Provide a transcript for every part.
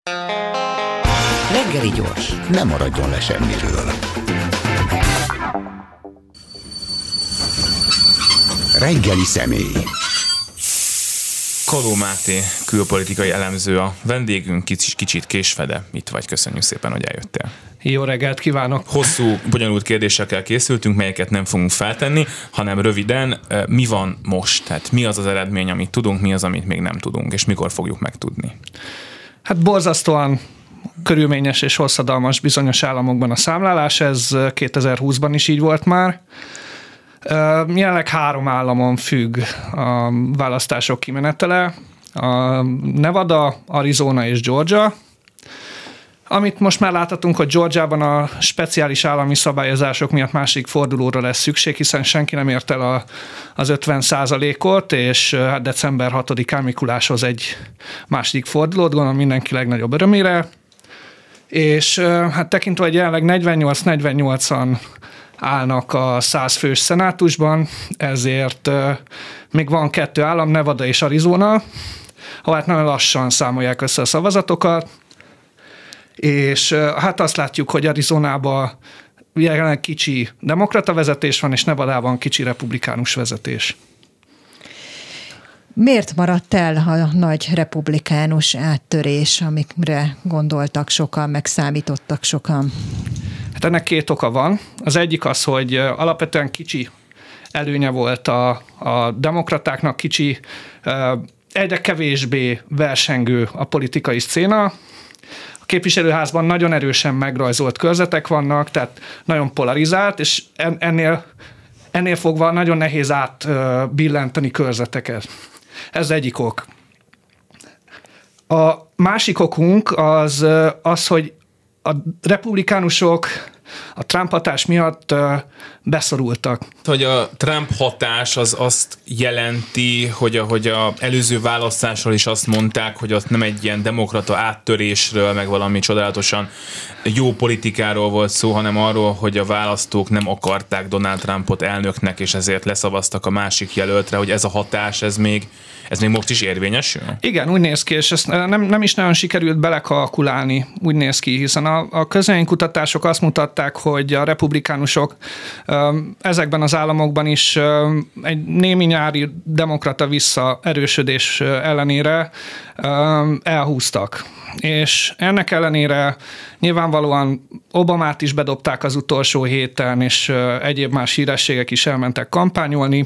Reggeli gyors, nem maradjon le semmiről. Reggeli személy. Kaló Máté, külpolitikai elemző a vendégünk, kicsit késve, itt vagy, köszönjük szépen, hogy eljöttél. Jó reggelt kívánok! Hosszú, bonyolult kérdésekkel készültünk, melyeket nem fogunk feltenni, hanem röviden, mi van most? Tehát mi az az eredmény, amit tudunk, mi az, amit még nem tudunk, és mikor fogjuk megtudni? Hát borzasztóan körülményes és hosszadalmas bizonyos államokban a számlálás, ez 2020-ban is így volt már. Jelenleg 3 államon függ a választások kimenetele, a Nevada, Arizona és Georgia. Amit most már láthatunk, hogy Georgiában a speciális állami szabályozások miatt második fordulóra lesz szükség, hiszen senki nem ért el az 50%-ot, és hát december 6-án Mikuláshoz egy második fordulót, gondolom mindenki legnagyobb örömére. És hát tekintve, hogy jelenleg 48-48-an állnak a 100 fős szenátusban, ezért még van 2 állam, Nevada és Arizona, ahol hát nagyon lassan számolják össze a szavazatokat, és hát azt látjuk, hogy Arizonában jelenleg kicsi demokrata vezetés van, és Nevadában kicsi republikánus vezetés. Miért maradt el a nagy republikánus áttörés, amikre gondoltak sokan, meg számítottak sokan? Hát ennek 2 oka van. Az egyik az, hogy alapvetően kicsi előnye volt a demokratáknak, kicsi, egyre kevésbé versengő a politikai szcéna. A képviselőházban nagyon erősen megrajzolt körzetek vannak, tehát nagyon polarizált, és ennél fogva nagyon nehéz átbillenteni körzeteket. Ez egyik ok. A másik okunk az, hogy a republikánusok a Trump hatás miatt beszorultak. Hogy a Trump hatás az azt jelenti, hogy a előző választásról is azt mondták, hogy ott nem egy ilyen demokrata áttörésről, meg valami csodálatosan jó politikáról volt szó, hanem arról, hogy a választók nem akarták Donald Trumpot elnöknek, és ezért leszavaztak a másik jelöltre, hogy ez a hatás, ez még most is érvényesül? Igen, úgy néz ki, és ezt nem is nagyon sikerült belekalkulálni, úgy néz ki, hiszen a közvéleménykutatások azt mutatták, hogy a republikánusok ezekben az államokban is egy némi nyári demokrata visszaerősödés ellenére elhúztak. És ennek ellenére nyilvánvalóan Obamát is bedobták az utolsó héten, és egyéb más hírességek is elmentek kampányolni.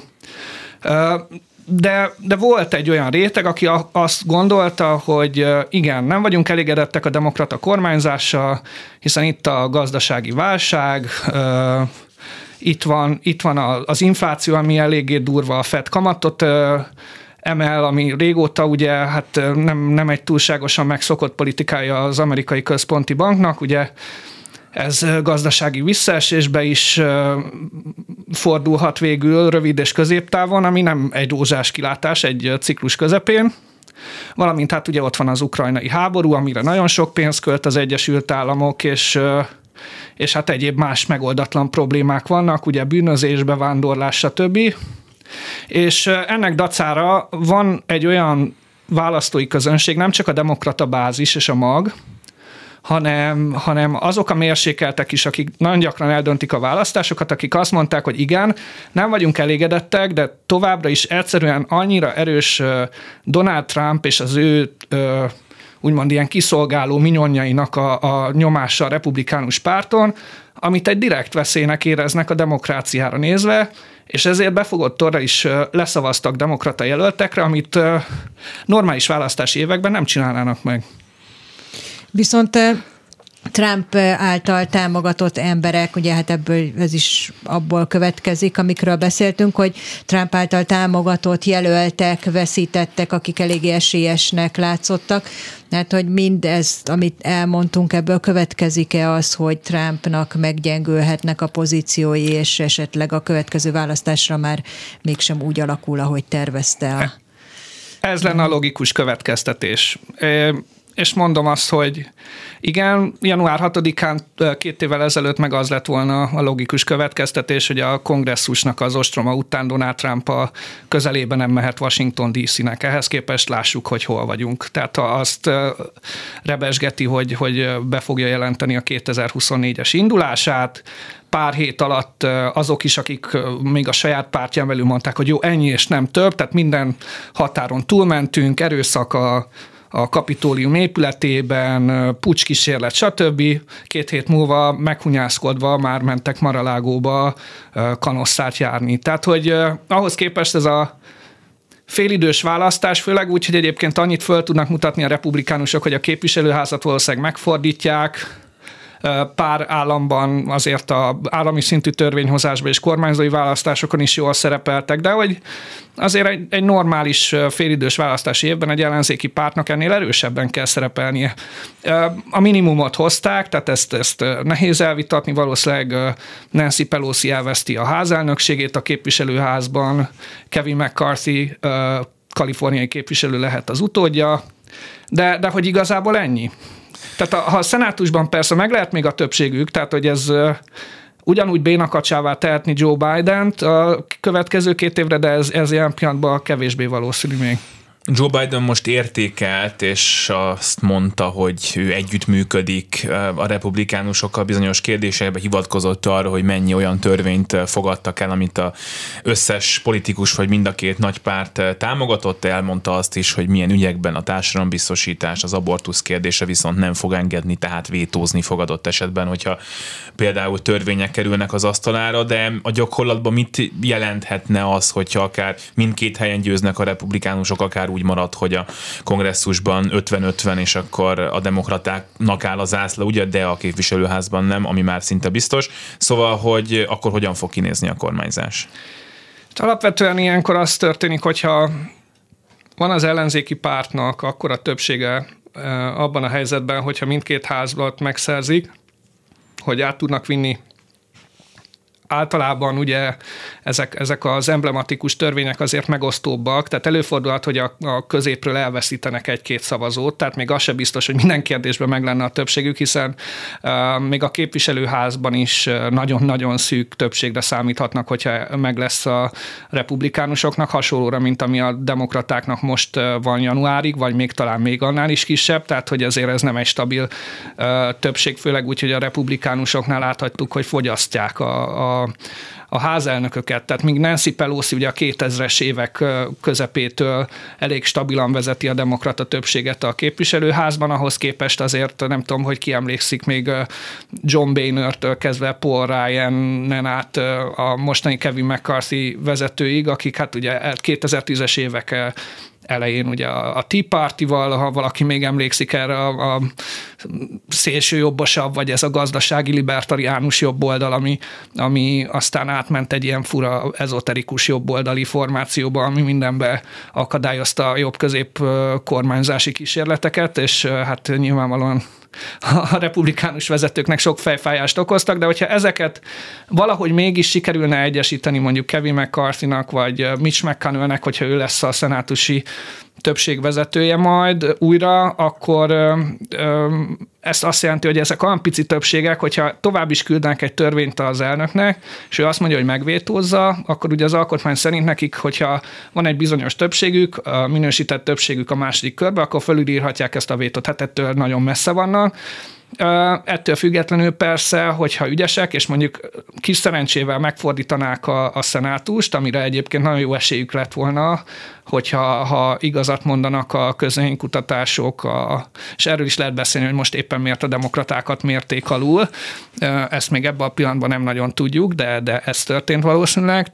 De volt egy olyan réteg, aki azt gondolta, hogy igen, nem vagyunk elégedettek a demokrata kormányzással, hiszen itt a gazdasági válság, itt van az infláció, ami eléggé durva, a Fed kamatot emel, ami régóta ugye hát nem egy túlságosan megszokott politikája az amerikai központi banknak, ugye ez gazdasági visszaesésbe is fordulhat végül rövid és középtávon, ami nem egy rózsás kilátás egy ciklus közepén. Valamint hát ugye ott van az ukrajnai háború, amire nagyon sok pénzt költ az Egyesült Államok, és hát egyéb más megoldatlan problémák vannak, ugye bűnözés, bevándorlás, stb. És ennek dacára van egy olyan választói közönség, nem csak a demokrata bázis és a mag, hanem azok a mérsékeltek is, akik nagyon gyakran eldöntik a választásokat, akik azt mondták, hogy igen, nem vagyunk elégedettek, de továbbra is egyszerűen annyira erős Donald Trump és az ő úgymond ilyen kiszolgáló minyonjainak a nyomása a republikánus párton, amit egy direkt veszélynek éreznek a demokráciára nézve, és ezért befogott torra is leszavaztak demokrata jelöltekre, amit normális választási években nem csinálnának meg. Viszont Trump által támogatott emberek, ugye hát ebből ez is abból következik, amikről beszéltünk, hogy Trump által támogatott jelöltek, veszítettek, akik eléggé esélyesnek látszottak. Hát, hogy mindez, amit elmondtunk, ebből következik-e az, hogy Trumpnak meggyengülhetnek a pozíciói, és esetleg a következő választásra már mégsem úgy alakul, ahogy tervezte? Ez lenne a logikus következtetés. és mondom azt, hogy igen, január 6-án 2 évvel ezelőtt meg az lett volna a logikus következtetés, hogy a kongresszusnak az ostroma után Donald Trump a közelében nem mehet Washington DC-nek. Ehhez képest lássuk, hogy hol vagyunk. Tehát azt rebesgeti, hogy be fogja jelenteni a 2024-es indulását, pár hét alatt azok is, akik még a saját pártján belül mondták, hogy jó, ennyi és nem több, tehát minden határon túlmentünk, erőszak a Kapitólium épületében, pucskísérlet, stb. 2 hét múlva meghunyászkodva már mentek Mar-a-Lagóba kanosszát járni. Tehát, hogy ahhoz képest ez a félidős választás, főleg úgy, hogy egyébként annyit föl tudnak mutatni a republikánusok, hogy a képviselőházat valószínűleg megfordítják, pár államban azért az állami szintű törvényhozásban és kormányzói választásokon is jól szerepeltek, de hogy azért egy normális félidős választási évben egy ellenzéki pártnak ennél erősebben kell szerepelnie. A minimumot hozták, tehát ezt nehéz elvitatni, valószínűleg Nancy Pelosi elveszti a házelnökségét a képviselőházban, Kevin McCarthy kaliforniai képviselő lehet az utódja, de hogy igazából ennyi. Tehát ha a szenátusban persze meg lehet még a többségük, tehát hogy ez ugyanúgy bénakacsává tehetni Joe Bident a következő 2 évre, de ez ilyen pillanatban kevésbé valószínű még. Joe Biden most értékelt, és azt mondta, hogy ő együttműködik a republikánusokkal bizonyos kérdésekben, hivatkozott arra, hogy mennyi olyan törvényt fogadtak el, amit az összes politikus vagy mind a 2 nagy párt támogatott, elmondta azt is, hogy milyen ügyekben a társadalombiztosítás, az abortusz kérdése viszont nem fog engedni, tehát vétózni fogadott esetben, hogyha például törvények kerülnek az asztalára, de a gyakorlatban mit jelenthetne az, hogyha akár mindkét helyen győznek a republikánusok, akár úgy marad, hogy a kongresszusban 50-50, és akkor a demokratáknak áll a zászló, ugye, de a képviselőházban nem, ami már szinte biztos. Szóval, hogy akkor hogyan fog kinézni a kormányzás? Alapvetően ilyenkor az történik, hogyha van az ellenzéki pártnak akkora többsége abban a helyzetben, hogyha mindkét házat megszerzik, hogy át tudnak vinni. Általában ugye ezek az emblematikus törvények azért megosztóbbak, tehát előfordulhat, hogy a középről elveszítenek 1-2 szavazót, tehát még az sem biztos, hogy minden kérdésben meg lenne a többségük, hiszen még a képviselőházban is nagyon-nagyon szűk többségre számíthatnak, hogyha meg lesz a republikánusoknak, hasonlóra, mint ami a demokratáknak most van januárig, vagy még talán még annál is kisebb, tehát hogy ezért ez nem egy stabil többség, főleg úgy, hogy a republikánusoknál láthattuk, hogy fogyasztják a házelnököket, tehát míg Nancy Pelosi ugye a 2000-es évek közepétől elég stabilan vezeti a demokrata többséget a képviselőházban, ahhoz képest azért nem tudom, hogy ki emlékszik még John Boehner-től kezdve Paul Ryan-en át a mostani Kevin McCarthy vezetőig, akik hát ugye 2010-es évek elején ugye a Tea Party-val, ha valaki még emlékszik erre a szélső jobbosabb, vagy ez a gazdasági libertariánus jobboldal, ami aztán átment egy ilyen fura ezoterikus jobboldali formációba, ami mindenbe akadályozta a jobb-közép kormányzási kísérleteket, és hát nyilvánvalóan a republikánus vezetőknek sok fejfájást okoztak, de hogyha ezeket valahogy mégis sikerülne egyesíteni mondjuk Kevin McCarthy-nak, vagy Mitch McConnellnek, hogyha ő lesz a szenátusi többség vezetője majd újra, akkor ezt azt jelenti, hogy ezek olyan pici többségek, hogyha tovább is küldenek egy törvényt az elnöknek, és ő azt mondja, hogy megvétózza, akkor ugye az alkotmány szerint nekik, hogyha van egy bizonyos többségük, a minősített többségük a második körbe, akkor fölülírhatják ezt a vétót. Hát ettől nagyon messze vannak. Ettől függetlenül persze, hogyha ügyesek, és mondjuk kis szerencsével megfordítanák a szenátust, amire egyébként nagyon jó esélyük lett volna, hogyha igazat mondanak a közvéleménykutatások, és erről is lehet beszélni, hogy most éppen miért a demokratákat mérték alul. Ezt még ebben a pillanatban nem nagyon tudjuk, de ez történt valószínűleg.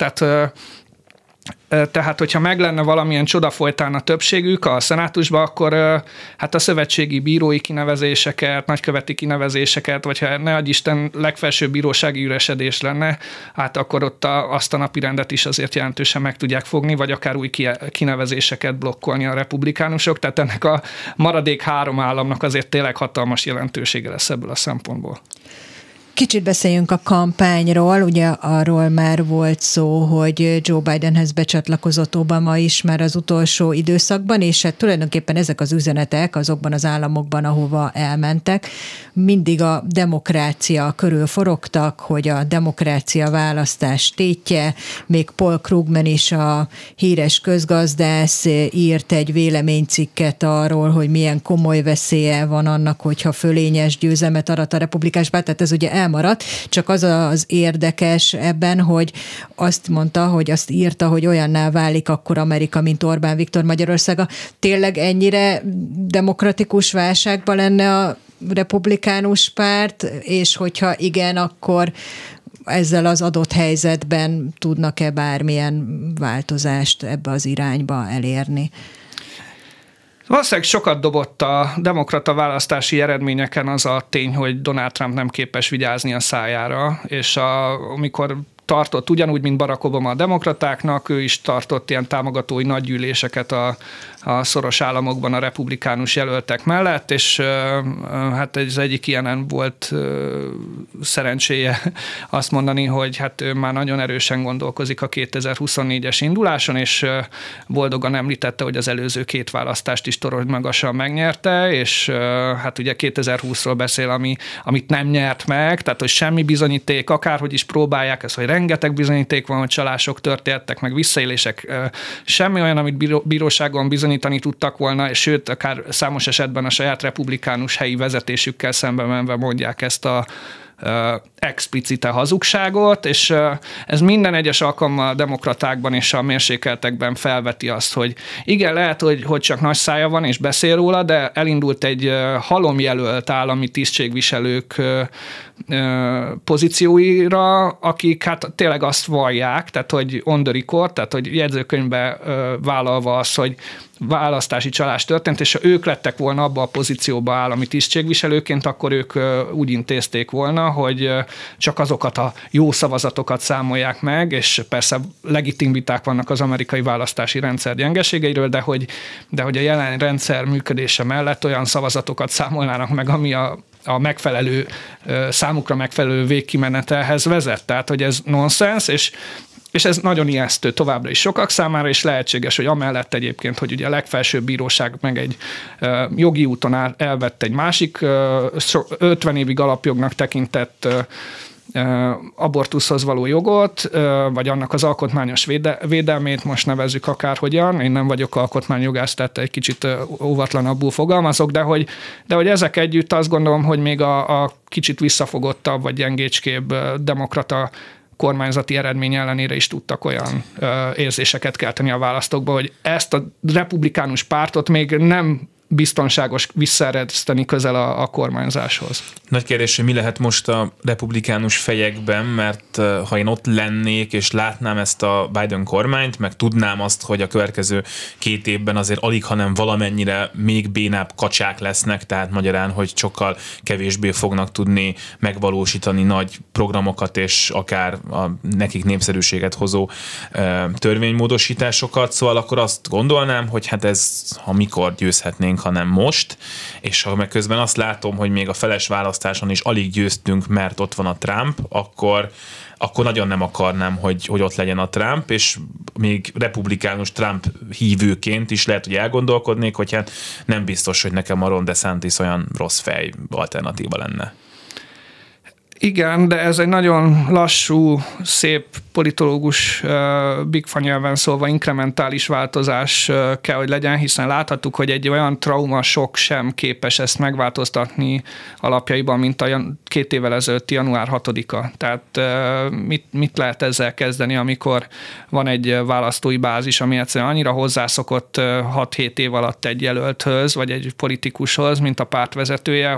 Tehát, hogyha meg lenne valamilyen csoda folytán a többségük a szenátusban, akkor hát a szövetségi bírói kinevezéseket, nagyköveti kinevezéseket, vagy ha ne adj Isten legfelsőbb bírósági üresedés lenne, hát akkor ott azt a napirendet is azért jelentősen meg tudják fogni, vagy akár új kinevezéseket blokkolni a republikánusok. Tehát ennek a maradék 3 államnak azért tényleg hatalmas jelentősége lesz ebből a szempontból. Kicsit beszéljünk a kampányról, ugye arról már volt szó, hogy Joe Bidenhez becsatlakozott Obama is már az utolsó időszakban, és hát tulajdonképpen ezek az üzenetek azokban az államokban, ahova elmentek, mindig a demokrácia körül forogtak, hogy a demokrácia választás tétje, még Paul Krugman is, a híres közgazdász írt egy véleménycikket arról, hogy milyen komoly veszélye van annak, hogyha fölényes győzelmet arat a republikánus párt, tehát ez ugye elmaradt, csak az érdekes ebben, hogy azt mondta, hogy azt írta, hogy olyanná válik akkor Amerika, mint Orbán Viktor Magyarországa. Tényleg ennyire demokratikus válságban lenne a republikánus párt, és hogyha igen, akkor ezzel az adott helyzetben tudnak-e bármilyen változást ebbe az irányba elérni? Valószínűleg sokat dobott a demokrata választási eredményeken az a tény, hogy Donald Trump nem képes vigyázni a szájára, és amikor tartott ugyanúgy, mint Barack Obama a demokratáknak, ő is tartott ilyen támogatói nagygyűléseket a szoros államokban a republikánus jelöltek mellett, és hát ez egyik ilyenen volt szerencséje azt mondani, hogy hát ő már nagyon erősen gondolkozik a 2024-es induláson, és boldogan említette, hogy az előző két választást is torony magasan megnyerte, és hát ugye 2020-ról beszél, amit nem nyert meg, tehát hogy semmi bizonyíték, akárhogy is próbálják ezt, hogy rengeteg bizonyíték van, hogy csalások történtek, meg visszaélések, semmi olyan, amit bíróságon bizonyítani tudtak volna, és sőt, akár számos esetben a saját republikánus helyi vezetésükkel szembe menve mondják ezt a explicite hazugságot, és ez minden egyes alkalommal a demokratákban és a mérsékeltekben felveti azt, hogy igen, lehet, hogy csak nagy szája van és beszél róla, de elindult egy halomjelölt állami tisztségviselők pozícióira, akik hát tényleg azt vallják, tehát hogy on the record, tehát hogy jegyzőkönyvbe vállalva az, hogy választási csalás történt, és ha ők lettek volna abba a pozícióba állami tisztségviselőként, akkor ők úgy intézték volna, hogy csak azokat a jó szavazatokat számolják meg, és persze legitim viták vannak az amerikai választási rendszer gyengeségeiről, de hogy a jelen rendszer működése mellett olyan szavazatokat számolnának meg, ami a megfelelő, számukra megfelelő végkimenetelhez vezet. Tehát, hogy ez nonsens, és ez nagyon ijesztő továbbra is sokak számára, és lehetséges, hogy amellett egyébként, hogy ugye a legfelsőbb bíróság meg egy jogi úton elvett egy másik 50 évig alapjognak tekintett abortuszhoz való jogot, vagy annak az alkotmányos védelmét, most nevezzük akárhogyan, én nem vagyok alkotmányjogász, tehát egy kicsit óvatlanabbul fogalmazok, de hogy ezek együtt azt gondolom, hogy még a kicsit visszafogottabb, vagy gyengécskébb demokrata kormányzati eredmény ellenére is tudtak olyan érzéseket kelteni a választókba, hogy ezt a republikánus pártot még nem biztonságos visszaereszteni közel a kormányzáshoz. Nagy kérdés, hogy mi lehet most a republikánus fejekben, mert ha én ott lennék, és látnám ezt a Biden kormányt, meg tudnám azt, hogy a következő 2 évben azért alig, hanem valamennyire még bénább kacsák lesznek, tehát magyarán, hogy sokkal kevésbé fognak tudni megvalósítani nagy programokat, és akár a nekik népszerűséget hozó törvénymódosításokat, szóval akkor azt gondolnám, hogy hát ez, ha mikor győzhetnénk, hanem most, és ha meg közben azt látom, hogy még a feles választáson is alig győztünk, mert ott van a Trump, akkor nagyon nem akarnám, hogy ott legyen a Trump, és még republikánus Trump hívőként is lehet, hogy elgondolkodnék, hogy hát nem biztos, hogy nekem a Ron DeSantis olyan rossz fej alternatíva lenne. Igen, de ez egy nagyon lassú, szép politológus bigfa nyelven szólva inkrementális változás kell, hogy legyen, hiszen láthattuk, hogy egy olyan trauma sok sem képes ezt megváltoztatni alapjaiban, mint a 2 évvel ezelőtti január 6-a. Tehát mit lehet ezzel kezdeni, amikor van egy választói bázis, ami egyszerűen annyira hozzászokott 6-7 év alatt egy jelölthöz, vagy egy politikushoz, mint a pártvezetője,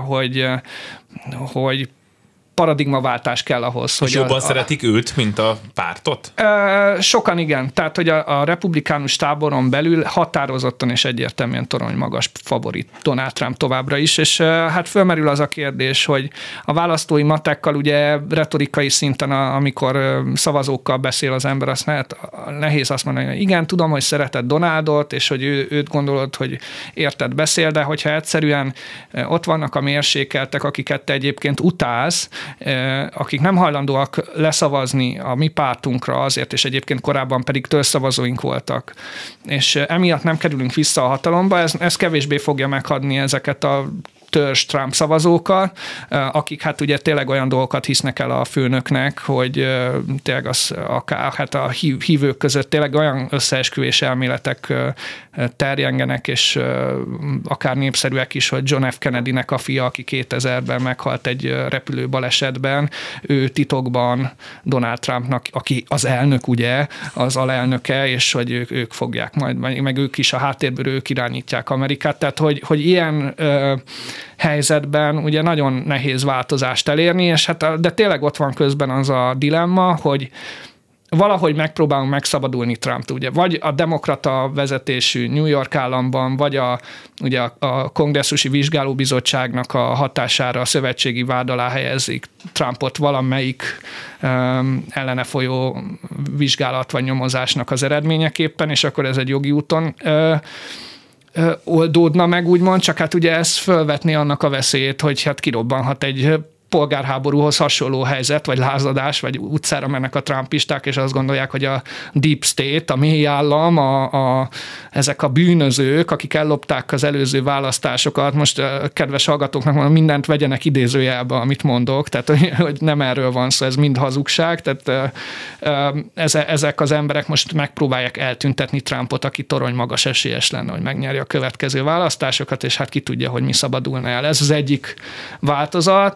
hogy paradigmaváltás kell ahhoz. És jobban szeretik őt, mint a pártot? Sokan igen. Tehát, hogy a republikánus táboron belül határozottan és egyértelműen torony magas favorit Donald Trump továbbra is, és hát fölmerül az a kérdés, hogy a választói matekkal ugye retorikai szinten, amikor szavazókkal beszél az ember, azt nehéz azt mondani, hogy igen, tudom, hogy szereted Donaldot, és hogy őt gondolod, hogy érted beszél, de hogyha egyszerűen ott vannak a mérsékeltek, akiket te egyébként utálsz, akik nem hajlandóak leszavazni a mi pártunkra azért, és egyébként korábban pedig törzszavazóink voltak, és emiatt nem kerülünk vissza a hatalomba, ez kevésbé fogja meghadni ezeket a törzs Trump szavazókkal, akik hát ugye tényleg olyan dolgokat hisznek el a főnöknek, hogy tényleg az akár hát a hívők között tényleg olyan összeesküvés elméletek terjengenek, és akár népszerűek is, hogy John F. Kennedynek a fia, aki 2000-ben meghalt egy repülő balesetben, ő titokban Donald Trumpnak, aki az elnök ugye, az alelnöke, és hogy ők fogják majd, meg ők is a háttérből ők irányítják Amerikát, tehát hogy ilyen helyzetben ugye nagyon nehéz változást elérni, és hát, de tényleg ott van közben az a dilemma, hogy valahogy megpróbálunk megszabadulni Trumptól, ugye, vagy a demokrata vezetésű New York államban, vagy ugye a kongresszusi vizsgálóbizottságnak a hatására a szövetségi vád alá helyezik Trumpot valamelyik ellene folyó vizsgálat vagy nyomozásnak az eredményeképpen, és akkor ez egy jogi úton oldódna meg, úgymond, csak hát ugye ez fölvetné annak a veszélyét, hogy hát kirobbanhat egy polgárháborúhoz hasonló helyzet, vagy lázadás, vagy utcára mennek a trumpisták, és azt gondolják, hogy a deep state, a mély állam, ezek a bűnözők, akik ellopták az előző választásokat, most kedves hallgatóknak mondom, mindent vegyenek idézőjelbe, amit mondok, tehát hogy nem erről van szó, ez mind hazugság, tehát ezek az emberek most megpróbálják eltüntetni Trumpot, aki torony magas esélyes lenne, hogy megnyerje a következő választásokat, és hát ki tudja, hogy mi szabadulna el. Ez az egyik változat.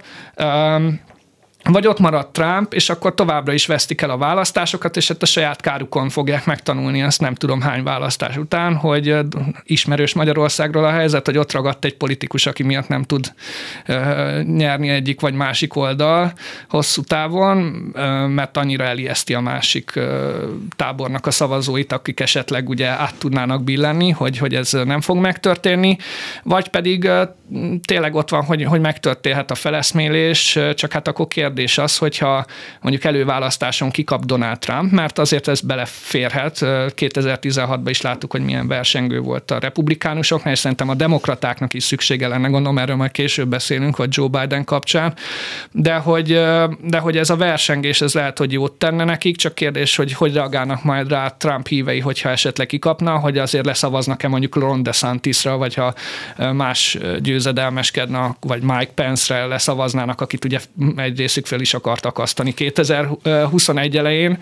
Vagy ott maradt Trump, és akkor továbbra is vesztik el a választásokat, és hát a saját kárukon fogják megtanulni azt nem tudom hány választás után, hogy ismerős Magyarországról a helyzet, hogy ott ragadt egy politikus, aki miatt nem tud nyerni egyik vagy másik oldal hosszú távon, mert annyira elijeszti a másik tábornak a szavazóit, akik esetleg ugye át tudnának billenni, hogy ez nem fog megtörténni, vagy pedig tényleg ott van, hogy megtörténhet a feleszmélés, csak hát akkor kérdés az, hogyha mondjuk előválasztáson kikap Donald Trump, mert azért ez beleférhet. 2016-ban is láttuk, hogy milyen versengő volt a republikánusoknál, és szerintem a demokratáknak is szüksége lenne, gondolom, erről majd később beszélünk, vagy Joe Biden kapcsán, de hogy ez a versengés, ez lehet, hogy jót tenne nekik, csak kérdés, hogy reagálnak majd rá Trump hívei, hogyha esetleg kikapna, hogy azért leszavaznak-e mondjuk Ron DeSantisra, vagy ha más győzedelmeskednek, vagy Mike Pence-re leszavaznának, akit ugye egy részük fel is akart akasztani 2021 elején,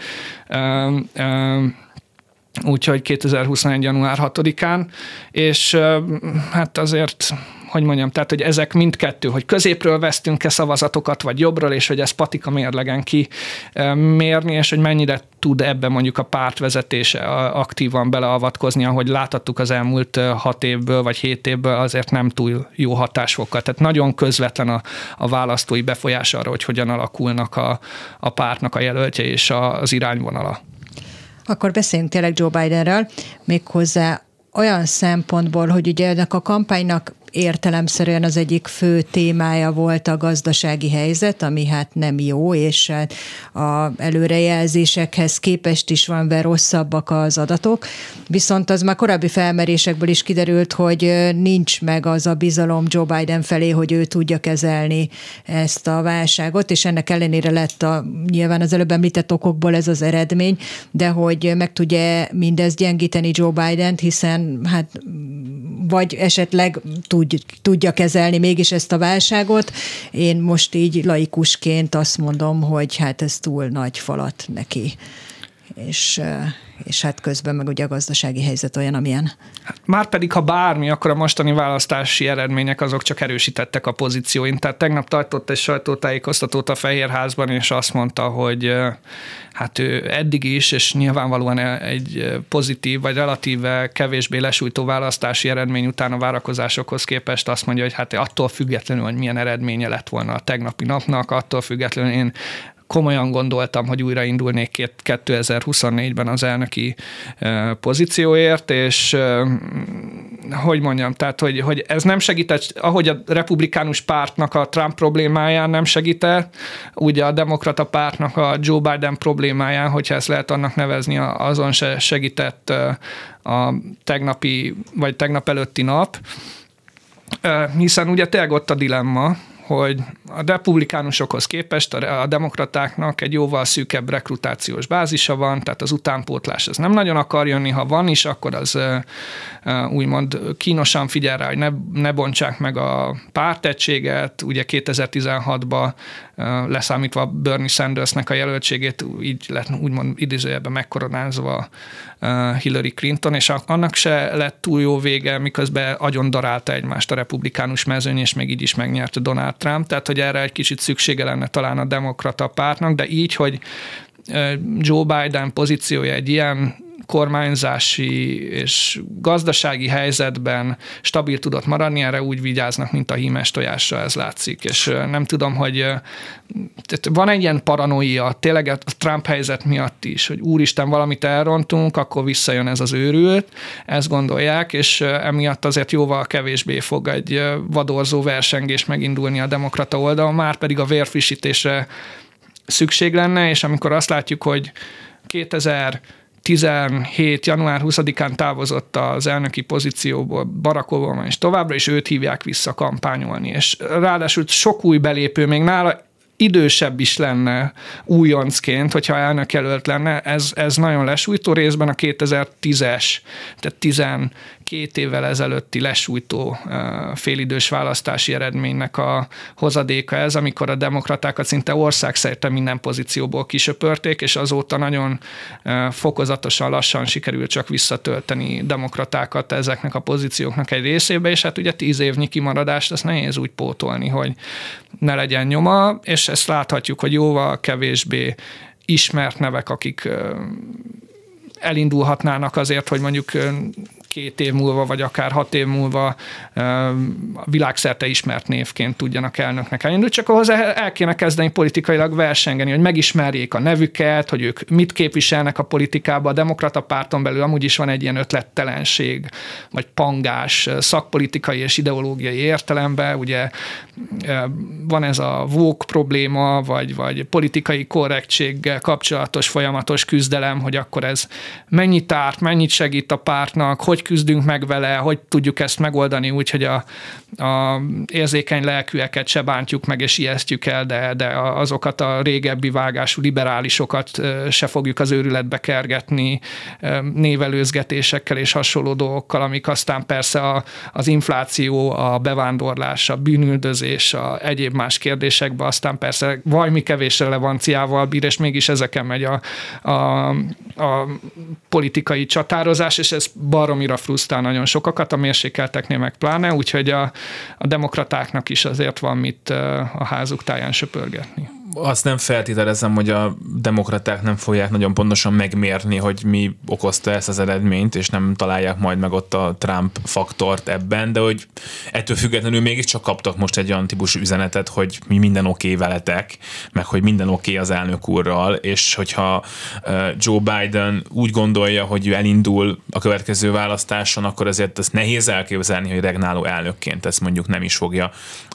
úgyhogy 2021. január 6-án, és hát azért, hogy mondjam, tehát, hogy ezek mindkettő, hogy középről vesztünk-e szavazatokat, vagy jobbról, és hogy ez patika mérlegen ki mérni, és hogy mennyire tud ebben mondjuk a pártvezetése aktívan beleavatkozni, ahogy láthattuk az elmúlt 6 évből, vagy 7 évből, azért nem túl jó hatásfokkal. Tehát nagyon közvetlen a választói befolyás arra, hogy hogyan alakulnak a pártnak a jelöltje és az irányvonala. Akkor beszéljünk tényleg Joe Bidenről, méghozzá olyan szempontból, hogy ugye ennek a kampánynak értelemszerűen az egyik fő témája volt a gazdasági helyzet, ami hát nem jó, és a előrejelzésekhez képest is valamivel rosszabbak az adatok. Viszont az már korábbi felmérésekből is kiderült, hogy nincs meg az a bizalom Joe Biden felé, hogy ő tudja kezelni ezt a válságot, és ennek ellenére lett nyilván az előbb említett okokból ez az eredmény, de hogy meg tudja mindezt gyengíteni Joe Bident, hiszen hát vagy esetleg tudja kezelni mégis ezt a válságot. Én most így laikusként azt mondom, hogy hát ez túl nagy falat neki. És hát közben meg ugye a gazdasági helyzet olyan, amilyen. Márpedig, ha bármi, akkor a mostani választási eredmények azok csak erősítettek a pozícióin. Tehát tegnap tartott egy sajtótájékoztatót a Fehérházban, és azt mondta, hogy hát ő eddig is, és nyilvánvalóan egy pozitív, vagy relatíve kevésbé lesújtó választási eredmény után a várakozásokhoz képest azt mondja, hogy hát attól függetlenül, hogy milyen eredménye lett volna a tegnapi napnak, attól függetlenül én komolyan gondoltam, hogy újraindulnék 2024-ben az elnöki pozícióért, és hogy mondjam, tehát, hogy ez nem segített, ahogy a republikánus pártnak a Trump problémáján nem segített, ugye a demokrata pártnak a Joe Biden problémáján, hogyha ezt lehet annak nevezni, azon se segített a tegnapi, vagy tegnap előtti nap, hiszen ugye tényleg ott a dilemma, hogy a republikánusokhoz képest a demokratáknak egy jóval szűkebb rekrutációs bázisa van, tehát az utánpótlás az nem nagyon akar jönni, ha van is, akkor az úgymond kínosan figyel rá, hogy ne bontsák meg a pártegységet. Ugye 2016-ban leszámítva Bernie Sandersnek a jelöltségét így lett úgymond idézőjelben megkoronázva Hillary Clinton, és annak se lett túl jó vége, miközben agyon darálta egymást a republikánus mezőny, és még így is megnyerte Donald Trump, tehát hogy erre egy kicsit szüksége lenne talán a demokrata pártnak, de így, hogy Joe Biden pozíciója egy ilyen kormányzási és gazdasági helyzetben stabil tudott maradni, erre úgy vigyáznak, mint a hímes tojásra, ez látszik. És nem tudom, hogy van egy ilyen paranoia, tényleg a Trump helyzet miatt is, hogy úristen, valamit elrontunk, akkor visszajön ez az őrült, ezt gondolják, és emiatt azért jóval kevésbé fog egy vadorzó versengés megindulni a demokrata oldalon, már pedig a vérfrissítésre szükség lenne, és amikor azt látjuk, hogy 2017. január 20-án távozott az elnöki pozícióból Barack Obama, és továbbra is őt hívják vissza kampányolni, és ráadásul sok új belépő, még nála idősebb is lenne újoncként, hogyha elnökjelölt lenne, ez nagyon lesújtó, részben a 2010-es, tehát 12 évvel ezelőtti lesújtó félidős választási eredménynek a hozadéka ez, amikor a demokratákat szinte országszerte minden pozícióból kisöpörték, és azóta nagyon fokozatosan, lassan sikerült csak visszatölteni demokratákat ezeknek a pozícióknak egy részébe, és hát ugye 10 évnyi kimaradást azt nehéz úgy pótolni, hogy ne legyen nyoma, és ezt láthatjuk, hogy jóval kevésbé ismert nevek, akik elindulhatnának azért, hogy mondjuk 2 év múlva, vagy akár 6 év múlva világszerte ismert névként tudjanak elnöknek elindulni, csak ahhoz el kéne kezdeni politikailag versengeni, hogy megismerjék a nevüket, hogy ők mit képviselnek a politikában. A demokrata párton belül amúgy is van egy ilyen ötlettelenség, vagy pangás szakpolitikai és ideológiai értelemben. Ugye van ez a woke probléma, vagy politikai korrektséggel kapcsolatos folyamatos küzdelem, hogy akkor ez mennyit árt, mennyit segít a pártnak, hogy küzdünk meg vele, hogy tudjuk ezt megoldani úgy, hogy a érzékeny lelkűeket se bántjuk meg és ijesztjük el, de azokat a régebbi vágású liberálisokat se fogjuk az őrületbe kergetni névelőzgetésekkel és hasonló dolgokkal, amik aztán persze az infláció, a bevándorlás, a bűnüldözés, a egyéb más kérdésekben aztán persze valami kevés relevanciával bír, és mégis ezeken megy a politikai csatározás, és ez baromira frusztrál nagyon sokakat, a mérsékelteknél meg pláne, úgyhogy a demokratáknak is azért van mit a házuk táján söpörgetni. Azt nem feltételezem, hogy a demokraták nem fogják nagyon pontosan megmérni, hogy mi okozta ezt az eredményt, és nem találják majd meg ott a Trump faktort ebben, de hogy ettől függetlenül mégiscsak kaptak most egy olyan típusú üzenetet, hogy mi minden oké veletek, meg hogy minden oké az elnök úrral, és hogyha Joe Biden úgy gondolja, hogy ő elindul a következő választáson, akkor azért ezt nehéz elképzelni, hogy regnáló elnökként ezt mondjuk nem is fogja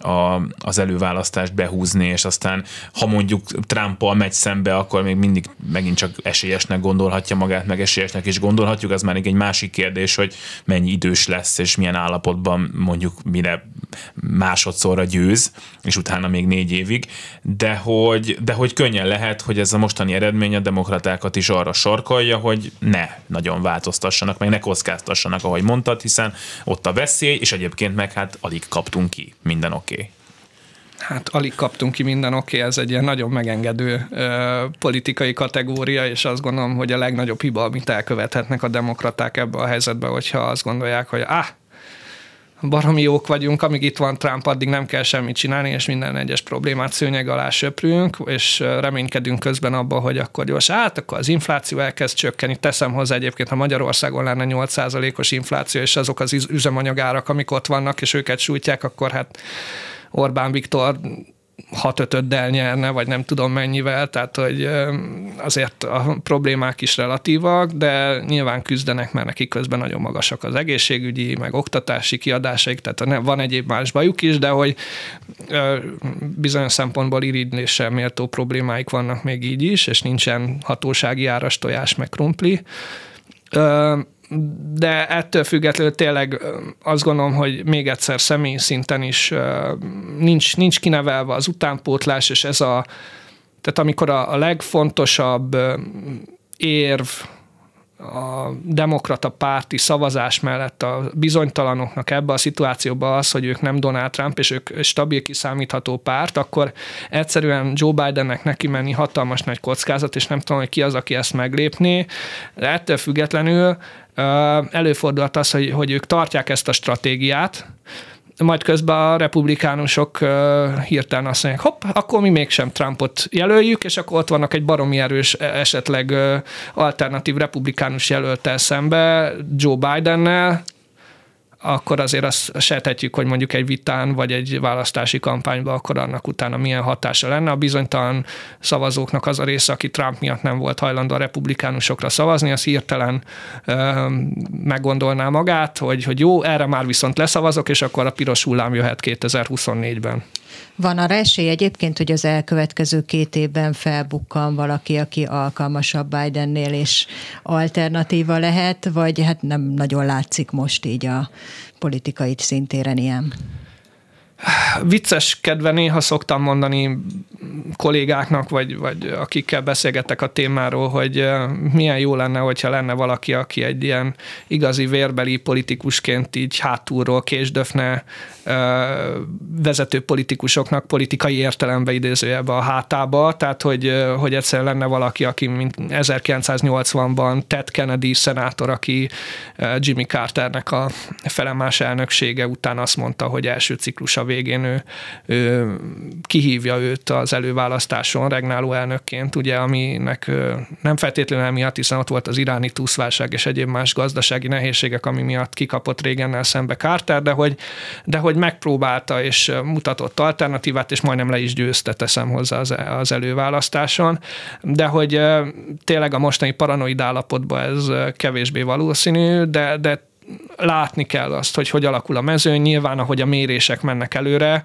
az előválasztást behúzni, és aztán ha mondjuk Trumpal megy szembe, akkor még mindig megint csak esélyesnek gondolhatja magát, meg esélyesnek is gondolhatjuk, az már egy másik kérdés, hogy mennyi idős lesz, és milyen állapotban mondjuk mire másodszorra győz, és utána még 4 évig, de hogy könnyen lehet, hogy ez a mostani eredmény a demokratákat is arra sarkalja, hogy ne nagyon változtassanak, meg ne kockáztassanak, ahogy mondtad, hiszen ott a veszély, és egyébként meg hát alig kaptunk ki, minden oké. Hát alig kaptunk ki minden oké, ez egy ilyen nagyon megengedő politikai kategória, és azt gondolom, hogy a legnagyobb hiba, amit elkövethetnek a demokraták ebbe a helyzetben, hogyha azt gondolják, hogy baromi jók vagyunk, amíg itt van Trump, addig nem kell semmit csinálni, és minden egyes problémát szőnyeg alá söprünk, és reménykedünk közben abban, hogy akkor gyors, akkor az infláció elkezd csökkenni. Teszem hozzá egyébként, ha Magyarországon lenne 8%-os infláció, és azok az üzemanyagárak, amik ott vannak, és őket sújtják, akkor hát Orbán Viktor 6-5-del nyerne, vagy nem tudom mennyivel, tehát hogy azért a problémák is relatívak, de nyilván küzdenek, mert nekik közben nagyon magasak az egészségügyi, meg oktatási kiadásaik, tehát van egyéb más bajuk is, de hogy bizonyos szempontból irigylésre méltó problémáik vannak még így is, és nincsen hatósági áras tojás, meg krumpli. de ettől függetlenül tényleg azt gondolom, hogy még egyszer személyi szinten is nincs kinevelve az utánpótlás, és tehát amikor a legfontosabb érv a demokrata párti szavazás mellett a bizonytalanoknak ebbe a szituációban az, hogy ők nem Donald Trump, és ők stabil kiszámítható párt, akkor egyszerűen Joe Bidennek neki menni hatalmas nagy kockázat, és nem tudom, hogy ki az, aki ezt meglépné. De ettől függetlenül előfordulhat az, hogy ők tartják ezt a stratégiát, majd közben a republikánusok hirtelen azt mondják, hopp, akkor mi mégsem Trumpot jelöljük, és akkor ott vannak egy baromi erős, esetleg alternatív republikánus jelölttel szembe, Joe Bidennel, akkor azért azt sejthetjük, hogy mondjuk egy vitán, vagy egy választási kampányban akkor annak utána milyen hatása lenne. A bizonytalan szavazóknak az a része, aki Trump miatt nem volt hajlandó a republikánusokra szavazni, az hirtelen meggondolná magát, hogy jó, erre már viszont leszavazok, és akkor a piros hullám jöhet 2024-ben. Van arra esély egyébként, hogy az elkövetkező 2 évben felbukkan valaki, aki alkalmasabb Bidennél és alternatíva lehet, vagy hát nem nagyon látszik most így a politikai szintéren ilyen? Vicceskedve néha szoktam mondani kollégáknak, vagy akikkel beszélgetek a témáról, hogy milyen jó lenne, hogyha lenne valaki, aki egy ilyen igazi vérbeli politikusként így hátulról késdöfne vezető politikusoknak politikai értelembe idézőjelbe a hátába, tehát hogy egyszerűen lenne valaki, aki mint 1980-ban Ted Kennedy szenátor, aki Jimmy Carternek a felemás elnöksége után azt mondta, hogy első ciklusa végén ő kihívja őt az előválasztáson regnáló elnökként, ugye, aminek nem feltétlenül emiatt, hiszen ott volt az iráni túszválság és egyéb más gazdasági nehézségek, ami miatt kikapott Reagannel szembe Carter, de hogy megpróbálta és mutatott alternatívát, és majdnem le is győzte, teszem hozzá az előválasztáson, de hogy tényleg a mostani paranoid állapotban ez kevésbé valószínű, de látni kell azt, hogy alakul a mezőny, nyilván ahogy a mérések mennek előre,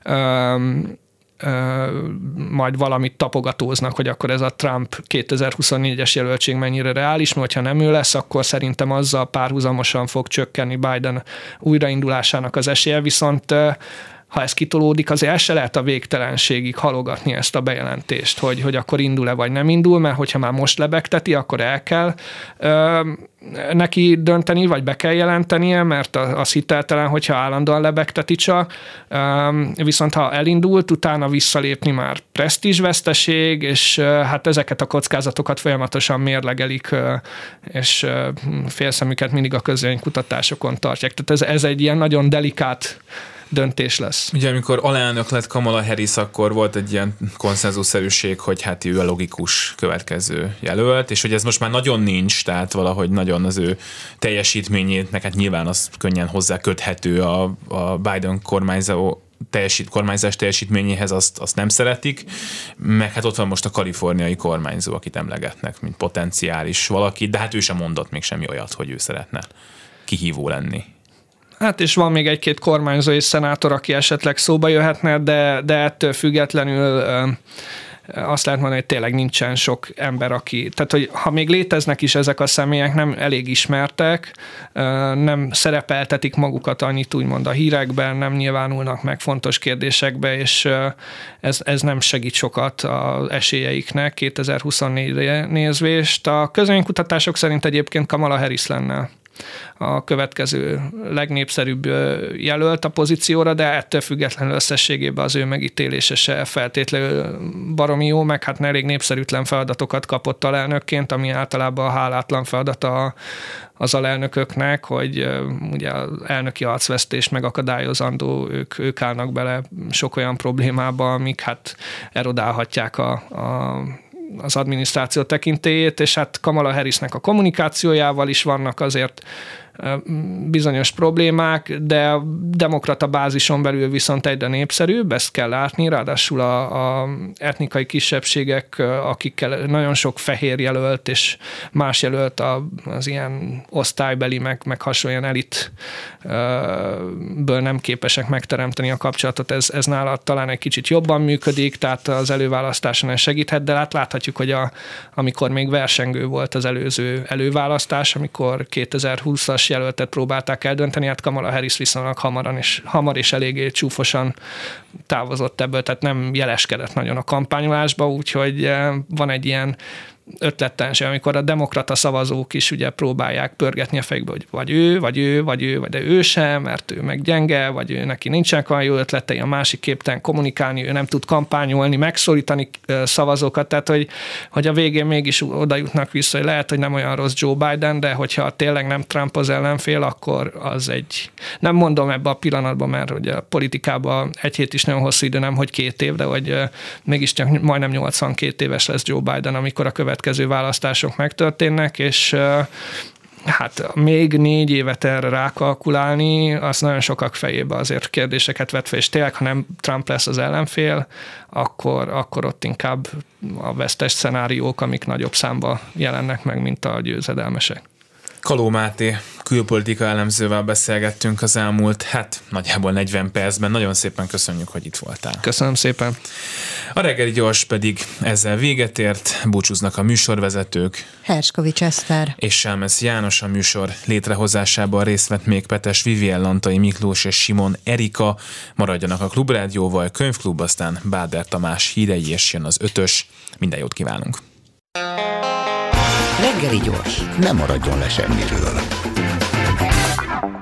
majd valamit tapogatóznak, hogy akkor ez a Trump 2024-es jelöltség mennyire reális, mert ha nem ő lesz, akkor szerintem azzal párhuzamosan fog csökkenni Biden újraindulásának az esélye, viszont ha ez kitolódik, azért el se lehet a végtelenségig halogatni ezt a bejelentést, hogy akkor indul-e vagy nem indul, mert hogyha már most lebegteti, akkor el kell neki dönteni, vagy be kell jelentenie, mert az hiteltelen, hogyha állandóan lebegteti csak. Viszont ha elindult, utána visszalépni már presztízsveszteség, és hát ezeket a kockázatokat folyamatosan mérlegelik, és félszemüket mindig a közvéleménykutatásokon tartják. Tehát ez egy ilyen nagyon delikát döntés lesz. Ugye amikor alelnök lett Kamala Harris, akkor volt egy ilyen konszenzusszerűség, hogy hát ő a logikus következő jelölt, és hogy ez most már nagyon nincs, tehát valahogy nagyon az ő teljesítményét, meg hát nyilván az könnyen hozzá köthető a Biden kormányzás teljesítményéhez, azt nem szeretik, meg hát ott van most a kaliforniai kormányzó, akit emlegetnek, mint potenciális valaki, de hát ő sem mondott még semmi olyat, hogy ő szeretne kihívó lenni. Hát és van még egy-két kormányzó és szenátor, aki esetleg szóba jöhetne, de ettől függetlenül azt lehet mondani, hogy tényleg nincsen sok ember, aki... Tehát, hogy ha még léteznek is ezek a személyek, nem elég ismertek, nem szerepeltetik magukat annyit úgymond a hírekben, nem nyilvánulnak meg fontos kérdésekbe, és ez nem segít sokat az esélyeiknek 2024-re nézvést. A közvéleménykutatások szerint egyébként Kamala Harris lenne a következő legnépszerűbb jelölt a pozícióra, de ettől függetlenül összességében az ő megítélése se feltétlenül baromi jó, meg hát elég népszerűtlen feladatokat kapott alelnökként, ami általában a hálátlan feladata az alelnököknek, hogy ugye az elnöki arcvesztés megakadályozandó, ők állnak bele sok olyan problémába, amik hát erodálhatják az adminisztráció tekintélyét, és hát Kamala Harrisnek a kommunikációjával is vannak azért bizonyos problémák, de a demokrata bázison belül viszont egyre népszerűbb, ezt kell látni, ráadásul a etnikai kisebbségek, akikkel nagyon sok fehér jelölt és más jelölt az ilyen osztálybeli, meg hasonlóan elitből nem képesek megteremteni a kapcsolatot, ez nála talán egy kicsit jobban működik, tehát az előválasztáson ez segíthet, de láthatjuk, hogy amikor még versengő volt az előző előválasztás, amikor 2020-as jelöltet próbálták eldönteni, hát Kamala Harris viszonylag hamar és eléggé csúfosan távozott ebből, tehát nem jeleskedett nagyon a kampányolásba, úgyhogy van egy ilyen ötletlenség, amikor a demokrata szavazók is ugye próbálják pörgetni a fejükbe, hogy vagy ő, de ő sem, mert ő meg gyenge, vagy ő neki nincsenek olyan jó ötletei, a másik képtelen kommunikálni, ő nem tud kampányolni, megszólítani szavazókat, tehát hogy a végén mégis oda jutnak vissza, hogy lehet, hogy nem olyan rossz Joe Biden, de hogyha tényleg nem Trump az ellenfél, akkor az nem mondom ebbe a pillanatban, mert ugye a politikában egy hét is nagyon hosszú idő, nem hogy 2 év, de hogy mégiscsak majdnem 82 éves lesz Joe Biden, amikor a következő választások megtörténnek, és hát még 4 évet erre rákalkulálni, az nagyon sokak fejébe azért kérdéseket vet fel, és tényleg, ha nem Trump lesz az ellenfél, akkor ott inkább a vesztes szenáriók, amik nagyobb számba jelennek meg, mint a győzedelmesek. Kaló Máté külpolitika elemzővel beszélgettünk az elmúlt, nagyjából 40 percben. Nagyon szépen köszönjük, hogy itt voltál. Köszönöm szépen. A reggeli gyors pedig ezzel véget ért. Búcsúznak a műsorvezetők. Herskovics Eszter És Selmesz János. A műsor létrehozásában részt vett még Petes Vivien, Lantai Miklós és Simon Erika. Maradjanak a Klubrádióval, Könyvklub, aztán Báder Tamás hírei, és jön az 5-ös. Minden jót kívánunk. Reggeli gyors, ne maradjon le semmiről.